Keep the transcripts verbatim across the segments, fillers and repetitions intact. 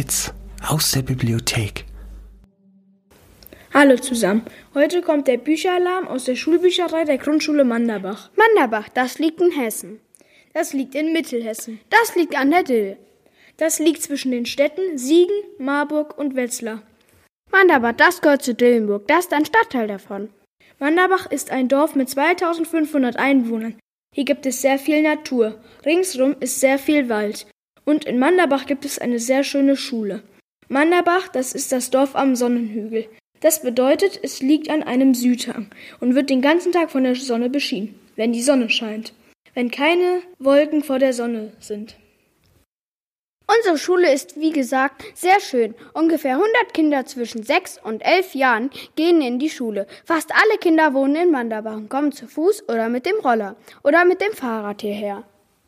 Kids aus der Bibliothek. Hallo zusammen, heute kommt der Bücheralarm aus der Schulbücherei der Grundschule Manderbach. Manderbach, das liegt in Hessen. Das liegt in Mittelhessen. Das liegt an der Dill. Das liegt zwischen den Städten Siegen, Marburg und Wetzlar. Manderbach, das gehört zu Dillenburg, das ist ein Stadtteil davon. Manderbach ist ein Dorf mit zweitausendfünfhundert Einwohnern. Hier gibt es sehr viel Natur. Ringsrum ist sehr viel Wald. Und in Manderbach gibt es eine sehr schöne Schule. Manderbach, das ist das Dorf am Sonnenhügel. Das bedeutet, es liegt an einem Südhang und wird den ganzen Tag von der Sonne beschienen, wenn die Sonne scheint, wenn keine Wolken vor der Sonne sind. Unsere Schule ist, wie gesagt, sehr schön. Ungefähr hundert Kinder zwischen sechs und elf Jahren gehen in die Schule. Fast alle Kinder wohnen in Manderbach und kommen zu Fuß oder mit dem Roller oder mit dem Fahrrad hierher.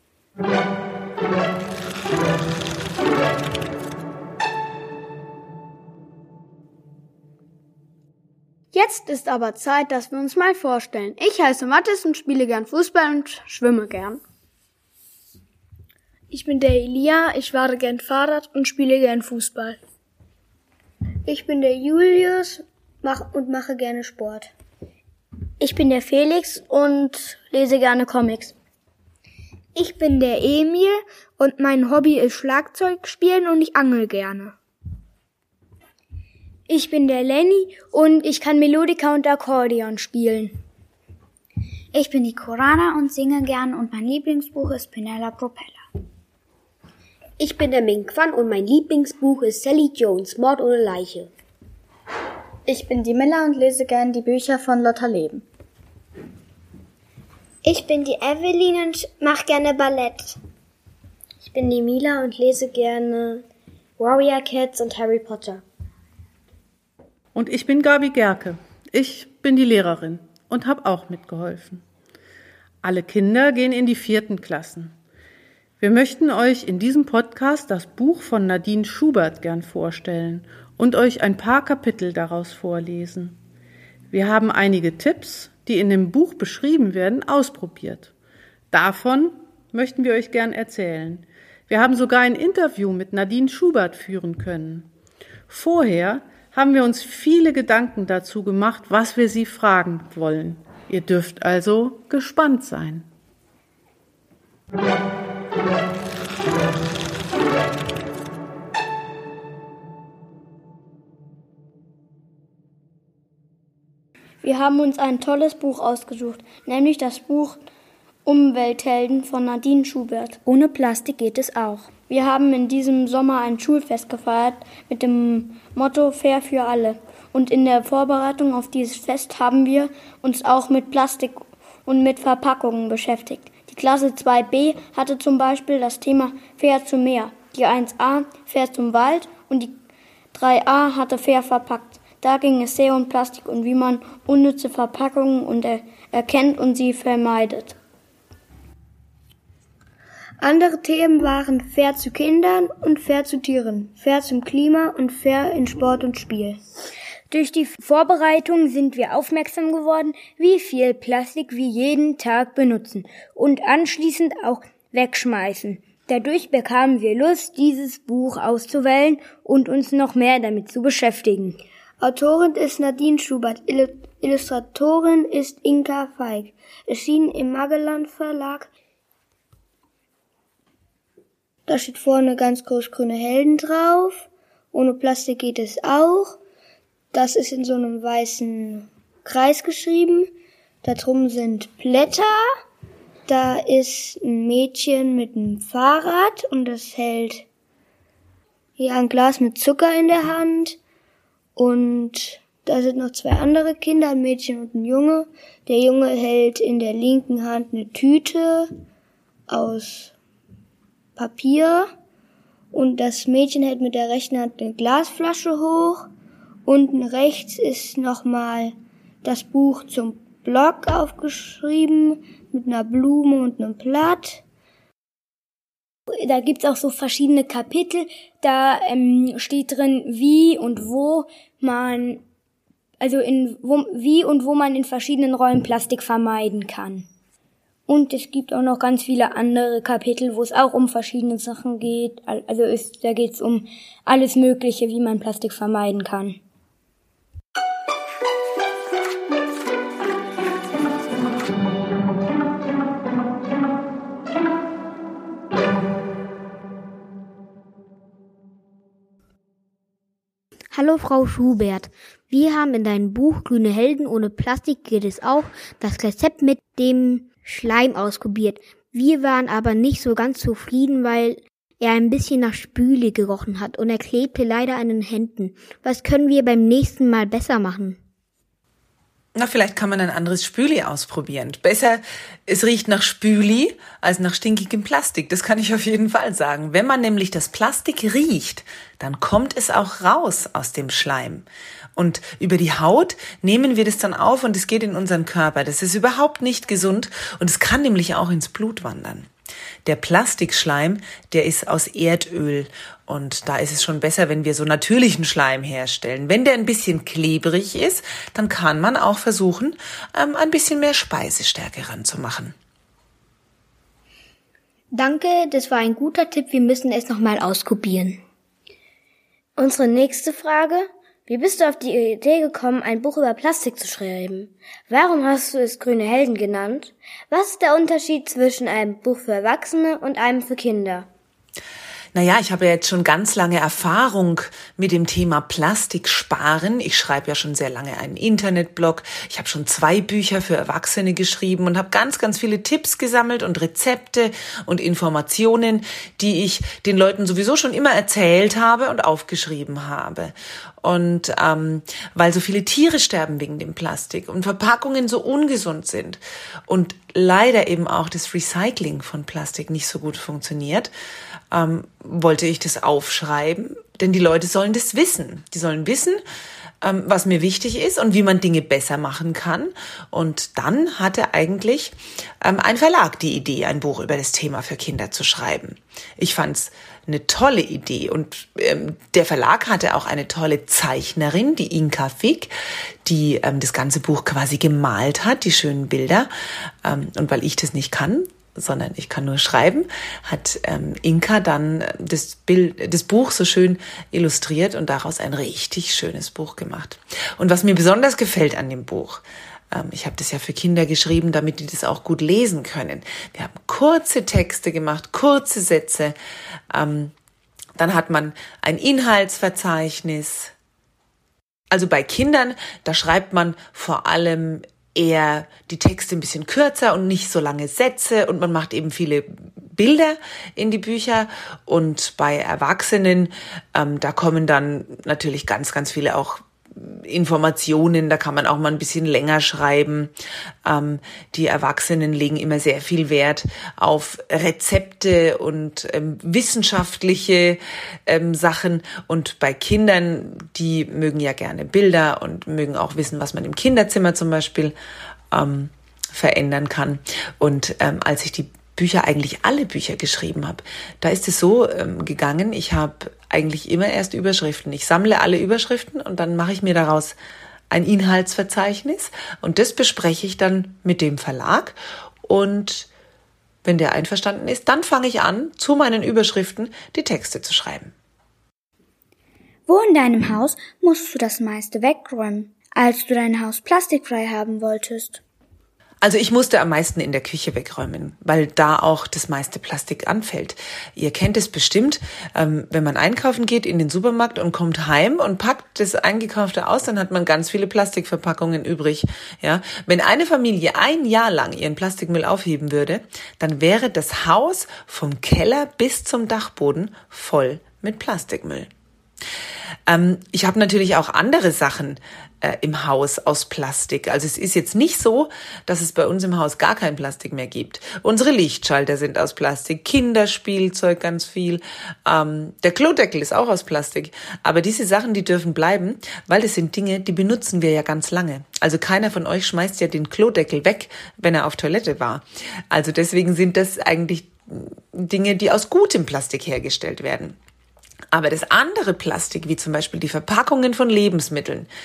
Jetzt ist aber Zeit, dass wir uns mal vorstellen. Ich heiße Mathis und spiele gern Fußball und schwimme gern. Ich bin der Elia, ich fahre gern Fahrrad und spiele gern Fußball. Ich bin der Julius mach und mache gerne Sport. Ich bin der Felix und lese gerne Comics. Ich bin der Emil und mein Hobby ist Schlagzeug spielen und ich angel gerne. Ich bin der Lenny und ich kann Melodika und Akkordeon spielen. Ich bin die Korana und singe gern und mein Lieblingsbuch ist Penella Propeller. Ich bin der Minkwan und mein Lieblingsbuch ist Sally Jones, Mord ohne Leiche. Ich bin die Miller und lese gern die Bücher von Lotta Leben. Ich bin die Evelyn und mache gerne Ballett. Ich bin die Mila und lese gerne Warrior Cats und Harry Potter. Und ich bin Gabi Gerke. Ich bin die Lehrerin und habe auch mitgeholfen. Alle Kinder gehen in die vierten Klassen. Wir möchten euch in diesem Podcast das Buch von Nadine Schubert gern vorstellen und euch ein paar Kapitel daraus vorlesen. Wir haben einige Tipps, die in dem Buch beschrieben werden, ausprobiert. Davon möchten wir euch gern erzählen. Wir haben sogar ein Interview mit Nadine Schubert führen können. Vorher haben wir uns viele Gedanken dazu gemacht, was wir sie fragen wollen. Ihr dürft also gespannt sein. Wir haben uns ein tolles Buch ausgesucht, nämlich das Buch Umwelthelden von Nadine Schubert. Ohne Plastik geht es auch. Wir haben in diesem Sommer ein Schulfest gefeiert mit dem Motto Fair für alle. Und in der Vorbereitung auf dieses Fest haben wir uns auch mit Plastik und mit Verpackungen beschäftigt. Die Klasse zwei b hatte zum Beispiel das Thema Fair zum Meer, die eins a Fair zum Wald und die drei a hatte Fair verpackt. Da ging es sehr um Plastik und wie man unnütze Verpackungen und er- erkennt und sie vermeidet. Andere Themen waren fair zu Kindern und fair zu Tieren, fair zum Klima und fair in Sport und Spiel. Durch die Vorbereitung sind wir aufmerksam geworden, wie viel Plastik wir jeden Tag benutzen und anschließend auch wegschmeißen. Dadurch bekamen wir Lust, dieses Buch auszuwählen und uns noch mehr damit zu beschäftigen. Autorin ist Nadine Schubert, Illustratorin ist Inka Feig. Erschienen im Magellan Verlag. Da steht vorne ganz groß grüne Helden drauf. Ohne Plastik geht es auch. Das ist in so einem weißen Kreis geschrieben. Da drum sind Blätter. Da ist ein Mädchen mit einem Fahrrad und das hält hier ein Glas mit Zucker in der Hand. Und da sind noch zwei andere Kinder, ein Mädchen und ein Junge. Der Junge hält in der linken Hand eine Tüte aus Papier und das Mädchen hält mit der rechten Hand eine Glasflasche hoch. Unten rechts ist nochmal das Buch zum Blog aufgeschrieben mit einer Blume und einem Blatt. Da gibt's auch so verschiedene Kapitel, da ähm, steht drin, wie und wo man, also in wo, wie und wo man in verschiedenen Räumen Plastik vermeiden kann. Und es gibt auch noch ganz viele andere Kapitel, wo es auch um verschiedene Sachen geht. Also ist, da geht es um alles Mögliche, wie man Plastik vermeiden kann. Hallo Frau Schubert, wir haben in deinem Buch Grüne Helden ohne Plastik geht es auch das Rezept mit dem Schleim ausprobiert. Wir waren aber nicht so ganz zufrieden, weil er ein bisschen nach Spüle gerochen hat und er klebte leider an den Händen. Was können wir beim nächsten Mal besser machen? Na, vielleicht kann man ein anderes Spüli ausprobieren. Besser, es riecht nach Spüli als nach stinkigem Plastik. Das kann ich auf jeden Fall sagen. Wenn man nämlich das Plastik riecht, dann kommt es auch raus aus dem Schleim. Und über die Haut nehmen wir das dann auf und es geht in unseren Körper. Das ist überhaupt nicht gesund und es kann nämlich auch ins Blut wandern. Der Plastikschleim, der ist aus Erdöl und da ist es schon besser, wenn wir so natürlichen Schleim herstellen. Wenn der ein bisschen klebrig ist, dann kann man auch versuchen, ähm, ein bisschen mehr Speisestärke ranzumachen. Danke, das war ein guter Tipp. Wir müssen es nochmal ausprobieren. Unsere nächste Frage: Wie bist du auf die Idee gekommen, ein Buch über Plastik zu schreiben? Warum hast du es Grüne Helden genannt? Was ist der Unterschied zwischen einem Buch für Erwachsene und einem für Kinder? Naja, ich habe ja jetzt schon ganz lange Erfahrung mit dem Thema Plastik sparen. Ich schreibe ja schon sehr lange einen Internetblog. Ich habe schon zwei Bücher für Erwachsene geschrieben und habe ganz, ganz viele Tipps gesammelt und Rezepte und Informationen, die ich den Leuten sowieso schon immer erzählt habe und aufgeschrieben habe. Und ähm, weil so viele Tiere sterben wegen dem Plastik und Verpackungen so ungesund sind und leider eben auch das Recycling von Plastik nicht so gut funktioniert, ähm, wollte ich das aufschreiben, denn die Leute sollen das wissen. Die sollen wissen, ähm, was mir wichtig ist und wie man Dinge besser machen kann. Und dann hatte eigentlich ähm, ein Verlag die Idee, ein Buch über das Thema für Kinder zu schreiben. Ich fand's eine tolle Idee und ähm, der Verlag hatte auch eine tolle Zeichnerin, die Inka Fick, die ähm, das ganze Buch quasi gemalt hat, die schönen Bilder. Ähm, und weil ich das nicht kann, sondern ich kann nur schreiben, hat ähm, Inka dann das Bild, das Buch so schön illustriert und daraus ein richtig schönes Buch gemacht. Und was mir besonders gefällt an dem Buch, ähm, ich habe das ja für Kinder geschrieben, damit die das auch gut lesen können. Wir haben kurze Texte gemacht, kurze Sätze. Ähm, dann hat man ein Inhaltsverzeichnis. Also bei Kindern, da schreibt man vor allem eher die Texte ein bisschen kürzer und nicht so lange Sätze und man macht eben viele Bilder in die Bücher. Und bei Erwachsenen, ähm, da kommen dann natürlich ganz, ganz viele auch Informationen, da kann man auch mal ein bisschen länger schreiben. Ähm, die Erwachsenen legen immer sehr viel Wert auf Rezepte und ähm, wissenschaftliche ähm, Sachen. Und bei Kindern, die mögen ja gerne Bilder und mögen auch wissen, was man im Kinderzimmer zum Beispiel ähm, verändern kann. Und ähm, als ich die Bücher, eigentlich alle Bücher geschrieben habe, da ist es so ähm, gegangen, ich habe eigentlich immer erst Überschriften. Ich sammle alle Überschriften und dann mache ich mir daraus ein Inhaltsverzeichnis und das bespreche ich dann mit dem Verlag und wenn der einverstanden ist, dann fange ich an, zu meinen Überschriften die Texte zu schreiben. Wo in deinem Haus musst du das meiste wegräumen, als du dein Haus plastikfrei haben wolltest? Also ich musste am meisten in der Küche wegräumen, weil da auch das meiste Plastik anfällt. Ihr kennt es bestimmt, ähm, wenn man einkaufen geht in den Supermarkt und kommt heim und packt das Eingekaufte aus, dann hat man ganz viele Plastikverpackungen übrig. Ja, wenn eine Familie ein Jahr lang ihren Plastikmüll aufheben würde, dann wäre das Haus vom Keller bis zum Dachboden voll mit Plastikmüll. Ähm, ich habe natürlich auch andere Sachen äh, im Haus aus Plastik. Also es ist jetzt nicht so, dass es bei uns im Haus gar kein Plastik mehr gibt. Unsere Lichtschalter sind aus Plastik, Kinderspielzeug ganz viel, ähm, der Klodeckel ist auch aus Plastik. Aber diese Sachen, die dürfen bleiben, weil das sind Dinge, die benutzen wir ja ganz lange. Also keiner von euch schmeißt ja den Klodeckel weg, wenn er auf Toilette war. Also deswegen sind das eigentlich Dinge, die aus gutem Plastik hergestellt werden. Aber das andere Plastik, wie zum Beispiel die Verpackungen von Lebensmitteln,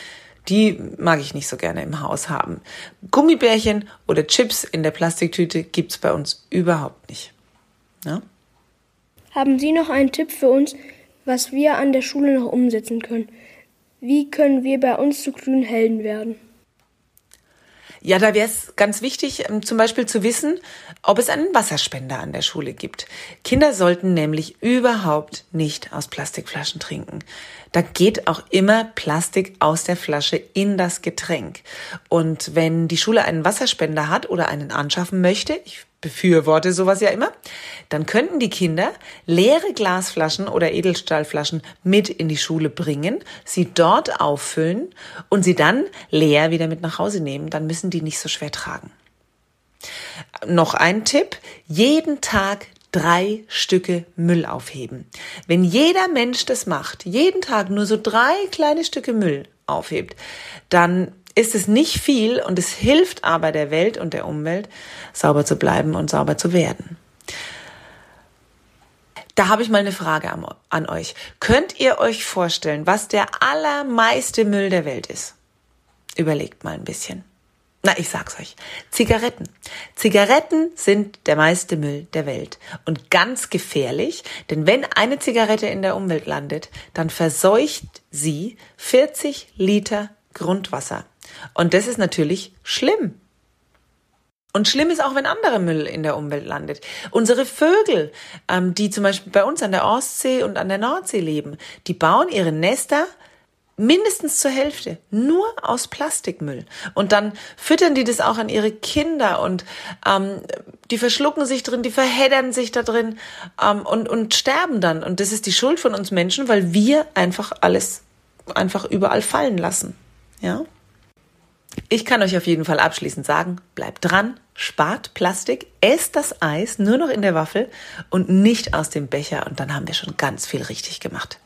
Die mag ich nicht so gerne im Haus haben. Gummibärchen oder Chips in der Plastiktüte gibt's bei uns überhaupt nicht. Ja? Haben Sie noch einen Tipp für uns, was wir an der Schule noch umsetzen können? Wie können wir bei uns zu grünen Helden werden? Ja, da wäre es ganz wichtig, zum Beispiel zu wissen, ob es einen Wasserspender an der Schule gibt. Kinder sollten nämlich überhaupt nicht aus Plastikflaschen trinken. Da geht auch immer Plastik aus der Flasche in das Getränk. Und wenn die Schule einen Wasserspender hat oder einen anschaffen möchte, ich befürworte sowas ja immer, dann könnten die Kinder leere Glasflaschen oder Edelstahlflaschen mit in die Schule bringen, sie dort auffüllen und sie dann leer wieder mit nach Hause nehmen. Dann müssen die nicht so schwer tragen. Noch ein Tipp, jeden Tag drei Stücke Müll aufheben. Wenn jeder Mensch das macht, jeden Tag nur so drei kleine Stücke Müll aufhebt, dann ist es nicht viel und es hilft aber der Welt und der Umwelt, sauber zu bleiben und sauber zu werden. Da habe ich mal eine Frage an, an euch. Könnt ihr euch vorstellen, was der allermeiste Müll der Welt ist? Überlegt mal ein bisschen. Na, ich sag's euch. Zigaretten. Zigaretten sind der meiste Müll der Welt. Und ganz gefährlich, denn wenn eine Zigarette in der Umwelt landet, dann verseucht sie vierzig Liter Grundwasser. Und das ist natürlich schlimm. Und schlimm ist auch, wenn anderer Müll in der Umwelt landet. Unsere Vögel, ähm, die zum Beispiel bei uns an der Ostsee und an der Nordsee leben, die bauen ihre Nester mindestens zur Hälfte nur aus Plastikmüll. Und dann füttern die das auch an ihre Kinder und ähm, die verschlucken sich drin, die verheddern sich da drin ähm, und, und sterben dann. Und das ist die Schuld von uns Menschen, weil wir einfach alles einfach überall fallen lassen. Ja? Ich kann euch auf jeden Fall abschließend sagen, bleibt dran, spart Plastik, esst das Eis nur noch in der Waffel und nicht aus dem Becher und dann haben wir schon ganz viel richtig gemacht.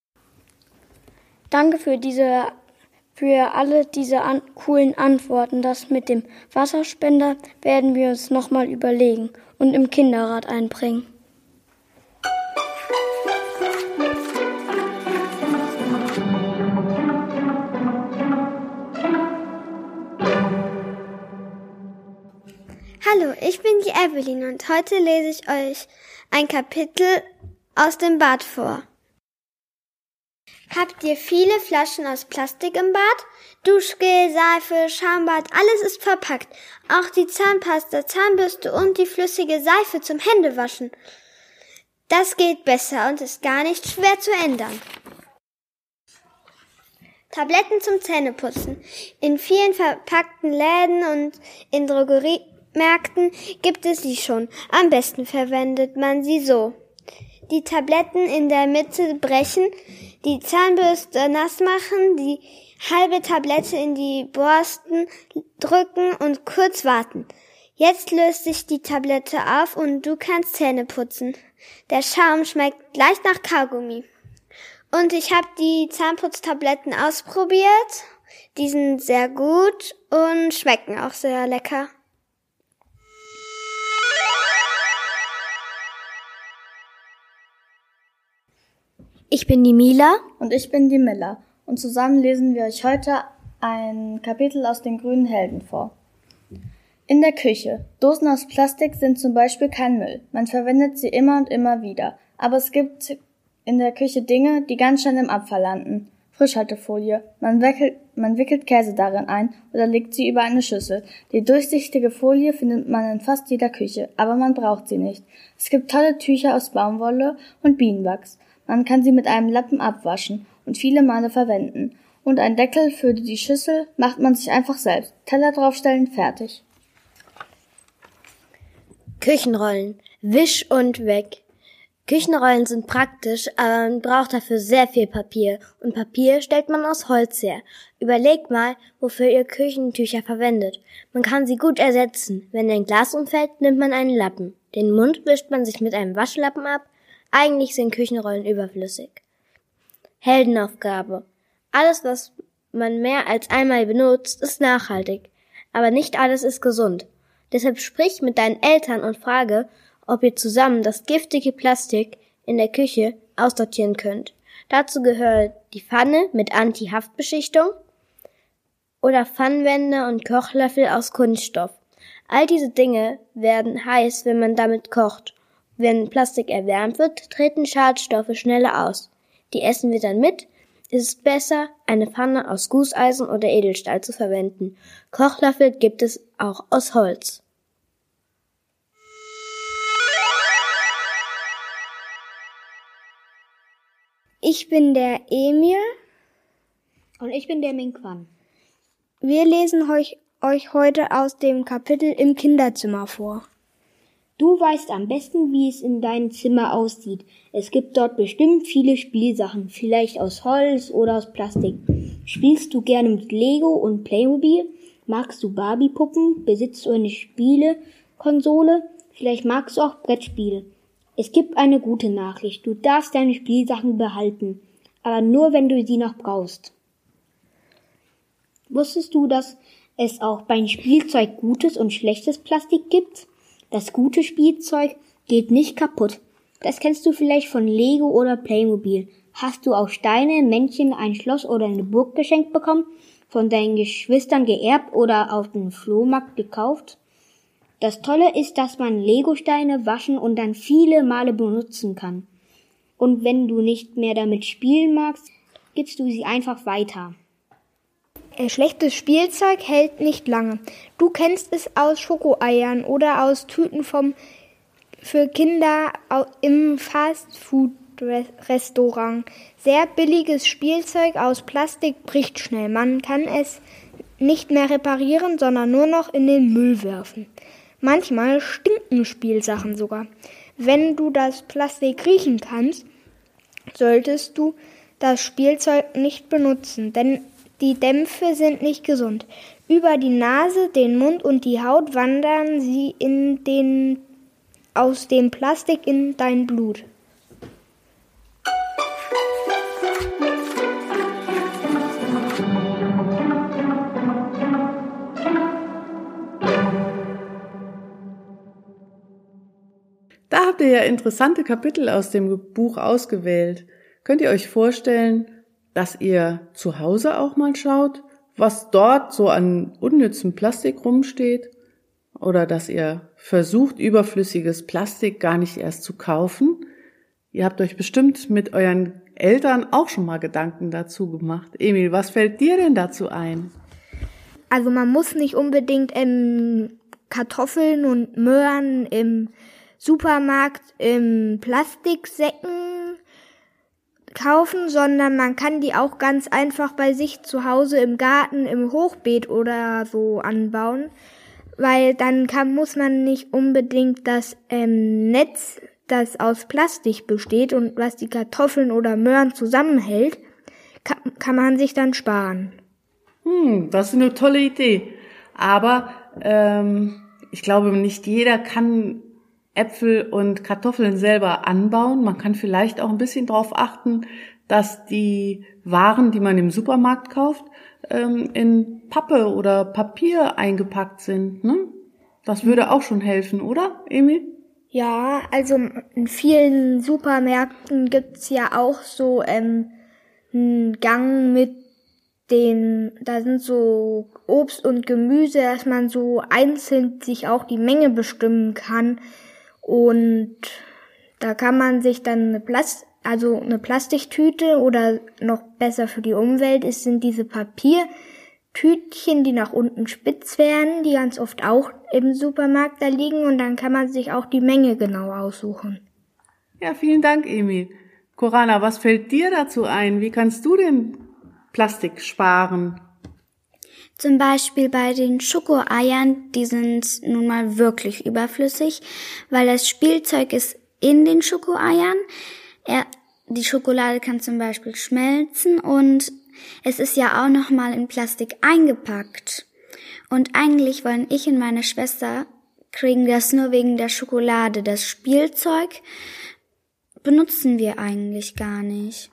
Danke für diese, für alle diese an, coolen Antworten. Das mit dem Wasserspender werden wir uns nochmal überlegen und im Kinderrat einbringen. Hallo, ich bin die Evelyn und heute lese ich euch ein Kapitel aus dem Bad vor. Habt ihr viele Flaschen aus Plastik im Bad? Duschgel, Seife, Schaumbad, alles ist verpackt. Auch die Zahnpasta, Zahnbürste und die flüssige Seife zum Händewaschen. Das geht besser und ist gar nicht schwer zu ändern. Tabletten zum Zähneputzen. In vielen verpackten Läden und in Drogeriemärkten gibt es sie schon. Am besten verwendet man sie so. Die Tabletten in der Mitte brechen, die Zahnbürste nass machen, die halbe Tablette in die Borsten drücken und kurz warten. Jetzt löst sich die Tablette auf und du kannst Zähne putzen. Der Schaum schmeckt leicht nach Kaugummi. Und ich habe die Zahnputztabletten ausprobiert. Die sind sehr gut und schmecken auch sehr lecker. Ich bin die Mila. Und ich bin die Milla. Und zusammen lesen wir euch heute ein Kapitel aus den grünen Helden vor. In der Küche. Dosen aus Plastik sind zum Beispiel kein Müll. Man verwendet sie immer und immer wieder. Aber es gibt in der Küche Dinge, die ganz schnell im Abfall landen. Frischhaltefolie. Man wickelt, man wickelt Käse darin ein oder legt sie über eine Schüssel. Die durchsichtige Folie findet man in fast jeder Küche, aber man braucht sie nicht. Es gibt tolle Tücher aus Baumwolle und Bienenwachs. Man kann sie mit einem Lappen abwaschen und viele Male verwenden. Und ein Deckel für die Schüssel macht man sich einfach selbst. Teller draufstellen, fertig. Küchenrollen. Wisch und weg. Küchenrollen sind praktisch, aber man braucht dafür sehr viel Papier. Und Papier stellt man aus Holz her. Überlegt mal, wofür ihr Küchentücher verwendet. Man kann sie gut ersetzen. Wenn ein Glas umfällt, nimmt man einen Lappen. Den Mund wischt man sich mit einem Waschlappen ab. Eigentlich sind Küchenrollen überflüssig. Heldenaufgabe. Alles, was man mehr als einmal benutzt, ist nachhaltig. Aber nicht alles ist gesund. Deshalb sprich mit deinen Eltern und frage, ob ihr zusammen das giftige Plastik in der Küche aussortieren könnt. Dazu gehört die Pfanne mit Anti-Haftbeschichtung, oder Pfannenwände und Kochlöffel aus Kunststoff. All diese Dinge werden heiß, wenn man damit kocht. Wenn Plastik erwärmt wird, treten Schadstoffe schneller aus. Die essen wir dann mit. Es ist besser, eine Pfanne aus Gusseisen oder Edelstahl zu verwenden. Kochlöffel gibt es auch aus Holz. Ich bin der Emil. Und ich bin der Mingwan. Wir lesen euch, euch heute aus dem Kapitel im Kinderzimmer vor. Du weißt am besten, wie es in deinem Zimmer aussieht. Es gibt dort bestimmt viele Spielsachen, vielleicht aus Holz oder aus Plastik. Spielst du gerne mit Lego und Playmobil? Magst du Barbie-Puppen? Besitzt du eine Spielekonsole? Vielleicht magst du auch Brettspiele. Es gibt eine gute Nachricht. Du darfst deine Spielsachen behalten, aber nur, wenn du sie noch brauchst. Wusstest du, dass es auch beim Spielzeug gutes und schlechtes Plastik gibt? Das gute Spielzeug geht nicht kaputt. Das kennst du vielleicht von Lego oder Playmobil. Hast du auch Steine, Männchen, ein Schloss oder eine Burg geschenkt bekommen? Von deinen Geschwistern geerbt oder auf dem Flohmarkt gekauft? Das Tolle ist, dass man Lego-Steine waschen und dann viele Male benutzen kann. Und wenn du nicht mehr damit spielen magst, gibst du sie einfach weiter. Schlechtes Spielzeug hält nicht lange. Du kennst es aus Schokoeiern oder aus Tüten vom für Kinder im Fastfood-Restaurant. Sehr billiges Spielzeug aus Plastik bricht schnell. Man kann es nicht mehr reparieren, sondern nur noch in den Müll werfen. Manchmal stinken Spielsachen sogar. Wenn du das Plastik riechen kannst, solltest du das Spielzeug nicht benutzen, denn die Dämpfe sind nicht gesund. Über die Nase, den Mund und die Haut wandern sie in den, aus dem Plastik in dein Blut. Da habt ihr ja interessante Kapitel aus dem Buch ausgewählt. Könnt ihr euch vorstellen, dass ihr zu Hause auch mal schaut, was dort so an unnützem Plastik rumsteht? Oder dass ihr versucht, überflüssiges Plastik gar nicht erst zu kaufen? Ihr habt euch bestimmt mit euren Eltern auch schon mal Gedanken dazu gemacht. Emil, was fällt dir denn dazu ein? Also man muss nicht unbedingt ähm, Kartoffeln und Möhren im Supermarkt im Plastiksäcken kaufen, sondern man kann die auch ganz einfach bei sich zu Hause im Garten, im Hochbeet oder so anbauen, weil dann kann, muss man nicht unbedingt das ähm, Netz, das aus Plastik besteht und was die Kartoffeln oder Möhren zusammenhält, kann, kann man sich dann sparen. Hm, das ist eine tolle Idee. Aber ähm, ich glaube, nicht jeder kann Äpfel und Kartoffeln selber anbauen. Man kann vielleicht auch ein bisschen darauf achten, dass die Waren, die man im Supermarkt kauft, in Pappe oder Papier eingepackt sind. Ne? Das würde auch schon helfen, oder, Emil? Ja, also in vielen Supermärkten gibt's ja auch so ähm, einen Gang mit den, da sind so Obst und Gemüse, dass man so einzeln sich auch die Menge bestimmen kann. Und da kann man sich dann eine Plast also eine Plastiktüte oder noch besser für die Umwelt ist, sind diese Papiertütchen, die nach unten spitz werden, die ganz oft auch im Supermarkt da liegen und dann kann man sich auch die Menge genau aussuchen. Ja, vielen Dank, Emil. Corana, was fällt dir dazu ein? Wie kannst du denn Plastik sparen? Zum Beispiel bei den Schokoeiern, die sind nun mal wirklich überflüssig, weil das Spielzeug ist in den Schokoeiern. Er, die Schokolade kann zum Beispiel schmelzen und es ist ja auch nochmal in Plastik eingepackt. Und eigentlich wollen ich und meine Schwester kriegen das nur wegen der Schokolade. Das Spielzeug benutzen wir eigentlich gar nicht.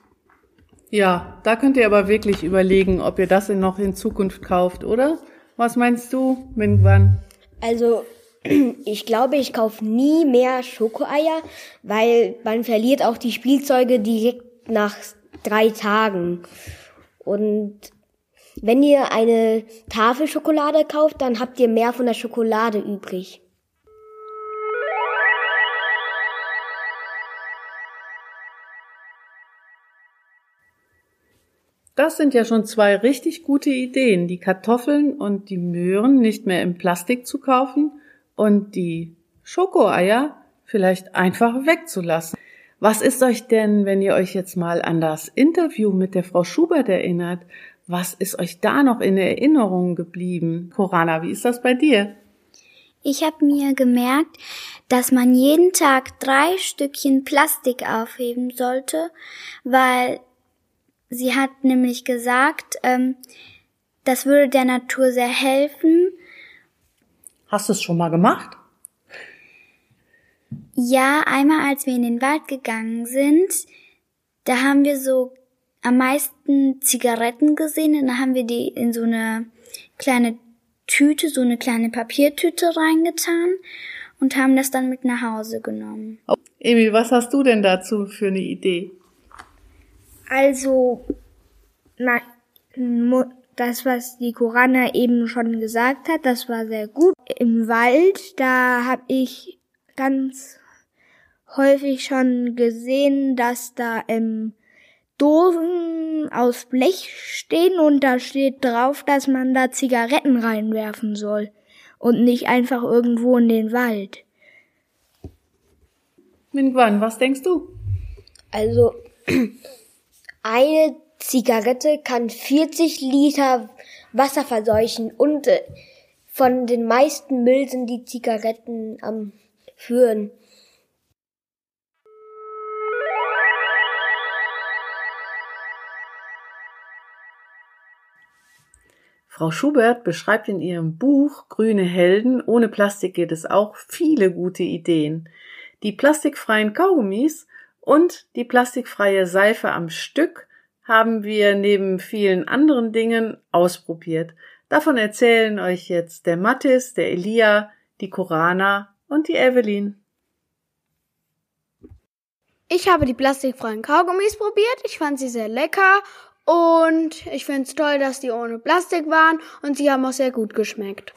Ja, da könnt ihr aber wirklich überlegen, ob ihr das noch in Zukunft kauft, oder? Was meinst du, Mingwan? Also, ich glaube, ich kaufe nie mehr Schokoeier, weil man verliert auch die Spielzeuge direkt nach drei Tagen. Und wenn ihr eine Tafel Schokolade kauft, dann habt ihr mehr von der Schokolade übrig. Das sind ja schon zwei richtig gute Ideen, die Kartoffeln und die Möhren nicht mehr im Plastik zu kaufen und die Schokoeier vielleicht einfach wegzulassen. Was ist euch denn, wenn ihr euch jetzt mal an das Interview mit der Frau Schubert erinnert, was ist euch da noch in Erinnerung geblieben? Corana, wie ist das bei dir? Ich habe mir gemerkt, dass man jeden Tag drei Stückchen Plastik aufheben sollte, weil sie hat nämlich gesagt, ähm, das würde der Natur sehr helfen. Hast du es schon mal gemacht? Ja, einmal als wir in den Wald gegangen sind, da haben wir so am meisten Zigaretten gesehen und dann haben wir die in so eine kleine Tüte, so eine kleine Papiertüte reingetan und haben das dann mit nach Hause genommen. Oh, Emil, was hast du denn dazu für eine Idee? Also, na, das, was die Corana eben schon gesagt hat, das war sehr gut. Im Wald, da habe ich ganz häufig schon gesehen, dass da ähm, Dosen aus Blech stehen und da steht drauf, dass man da Zigaretten reinwerfen soll und nicht einfach irgendwo in den Wald. Mingwan, was denkst du? Also, eine Zigarette kann vierzig Liter Wasser verseuchen und äh, von den meisten Müll sind die Zigaretten am Führen. Frau Schubert beschreibt in ihrem Buch Grüne Helden, ohne Plastik geht es auch, viele gute Ideen. Die plastikfreien Kaugummis und die plastikfreie Seife am Stück haben wir neben vielen anderen Dingen ausprobiert. Davon erzählen euch jetzt der Mathis, der Elia, die Corana und die Evelyn. Ich habe die plastikfreien Kaugummis probiert. Ich fand sie sehr lecker und ich finde es toll, dass die ohne Plastik waren und sie haben auch sehr gut geschmeckt.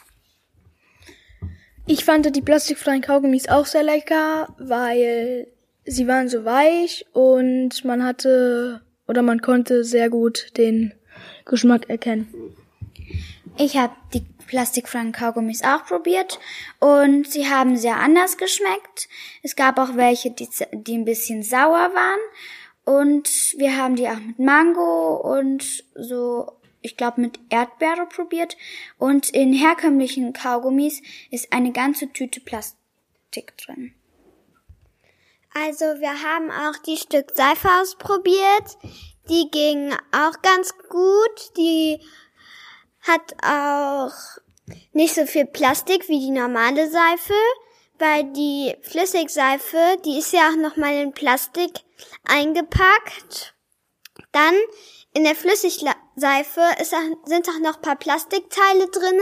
Ich fand die plastikfreien Kaugummis auch sehr lecker, weil sie waren so weich und man hatte oder man konnte sehr gut den Geschmack erkennen. Ich habe die plastikfreien Kaugummis auch probiert und sie haben sehr anders geschmeckt. Es gab auch welche, die, die ein bisschen sauer waren und wir haben die auch mit Mango und so, ich glaube mit Erdbeere probiert. Und in herkömmlichen Kaugummis ist eine ganze Tüte Plastik drin. Also wir haben auch die Stück Seife ausprobiert. Die ging auch ganz gut. Die hat auch nicht so viel Plastik wie die normale Seife, weil die Flüssigseife, die ist ja auch nochmal in Plastik eingepackt. Dann in der Flüssigseife ist auch, sind auch noch ein paar Plastikteile drinne.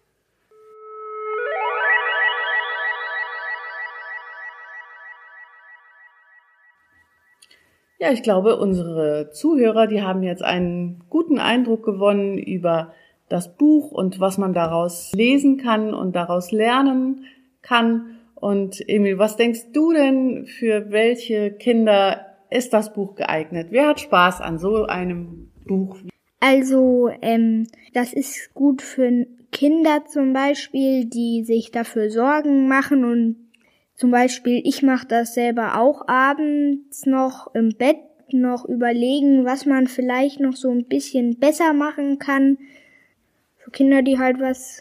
Ja, ich glaube, unsere Zuhörer, die haben jetzt einen guten Eindruck gewonnen über das Buch und was man daraus lesen kann und daraus lernen kann. Und Emil, was denkst du denn, für welche Kinder ist das Buch geeignet? Wer hat Spaß an so einem Buch? Also, ähm, das ist gut für Kinder zum Beispiel, die sich dafür Sorgen machen und zum Beispiel, ich mache das selber auch abends noch im Bett, noch überlegen, was man vielleicht noch so ein bisschen besser machen kann. Für Kinder, die halt was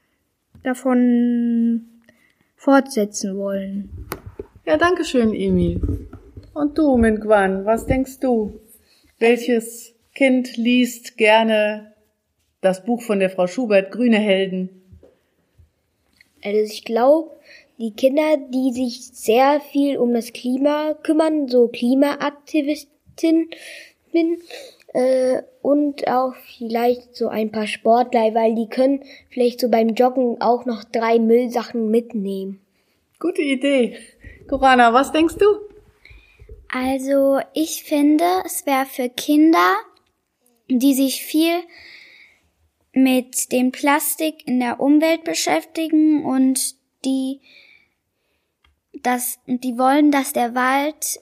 davon fortsetzen wollen. Ja, danke schön, Emil. Und du, Mingwan, was denkst du? Welches Kind liest gerne das Buch von der Frau Schubert, Grüne Helden? Also ich glaube, die Kinder, die sich sehr viel um das Klima kümmern, so Klimaaktivistinnen äh, und auch vielleicht so ein paar Sportler, weil die können vielleicht so beim Joggen auch noch drei Müllsachen mitnehmen. Gute Idee. Corana, was denkst du? Also ich finde, es wäre für Kinder, die sich viel mit dem Plastik in der Umwelt beschäftigen und die, das, die wollen, dass der Wald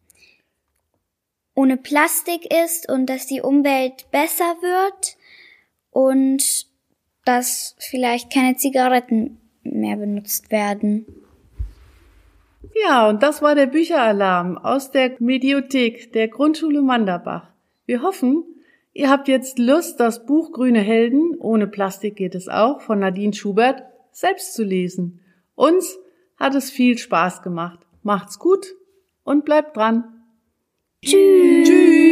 ohne Plastik ist und dass die Umwelt besser wird und dass vielleicht keine Zigaretten mehr benutzt werden. Ja, und das war der Bücheralarm aus der Mediothek der Grundschule Manderbach. Wir hoffen, ihr habt jetzt Lust, das Buch Grüne Helden, ohne Plastik geht es auch, von Nadine Schubert, selbst zu lesen. Uns hat es viel Spaß gemacht. Macht's gut und bleibt dran. Tschüss. Tschüss.